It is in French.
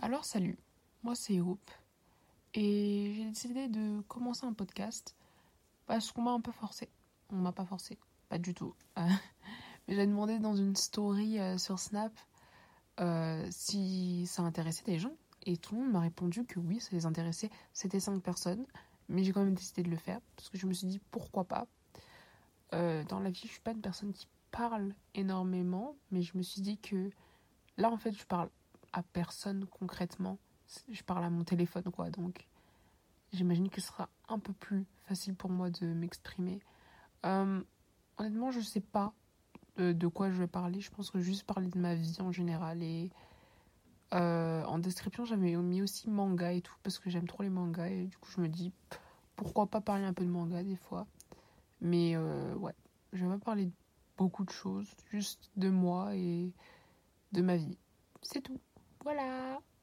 Alors salut, moi c'est Hope et j'ai décidé de commencer un podcast parce qu'on m'a un peu forcé. On m'a pas forcé, pas du tout. Mais j'ai demandé dans une story sur Snap si ça intéressait des gens et tout le monde m'a répondu que oui, ça les intéressait. C'était 5 personnes, mais j'ai quand même décidé de le faire parce que je me suis dit pourquoi pas. Dans la vie, je suis pas une personne qui parle énormément, mais je me suis dit que là en fait, je parle à personne concrètement. Je parle à mon téléphone quoi, donc j'imagine que ce sera un peu plus facile pour moi de m'exprimer. Euh, Honnêtement, je sais pas de quoi je vais parler. Je pense que je vais juste parler de ma vie en général. Et en description, j'avais mis aussi manga et tout, parce que j'aime trop les mangas. Et du coup, je me dis, pourquoi pas parler un peu de manga des fois. Mais ouais, je vais pas parler de beaucoup de choses, juste de moi et de ma vie. C'est tout. Voilà.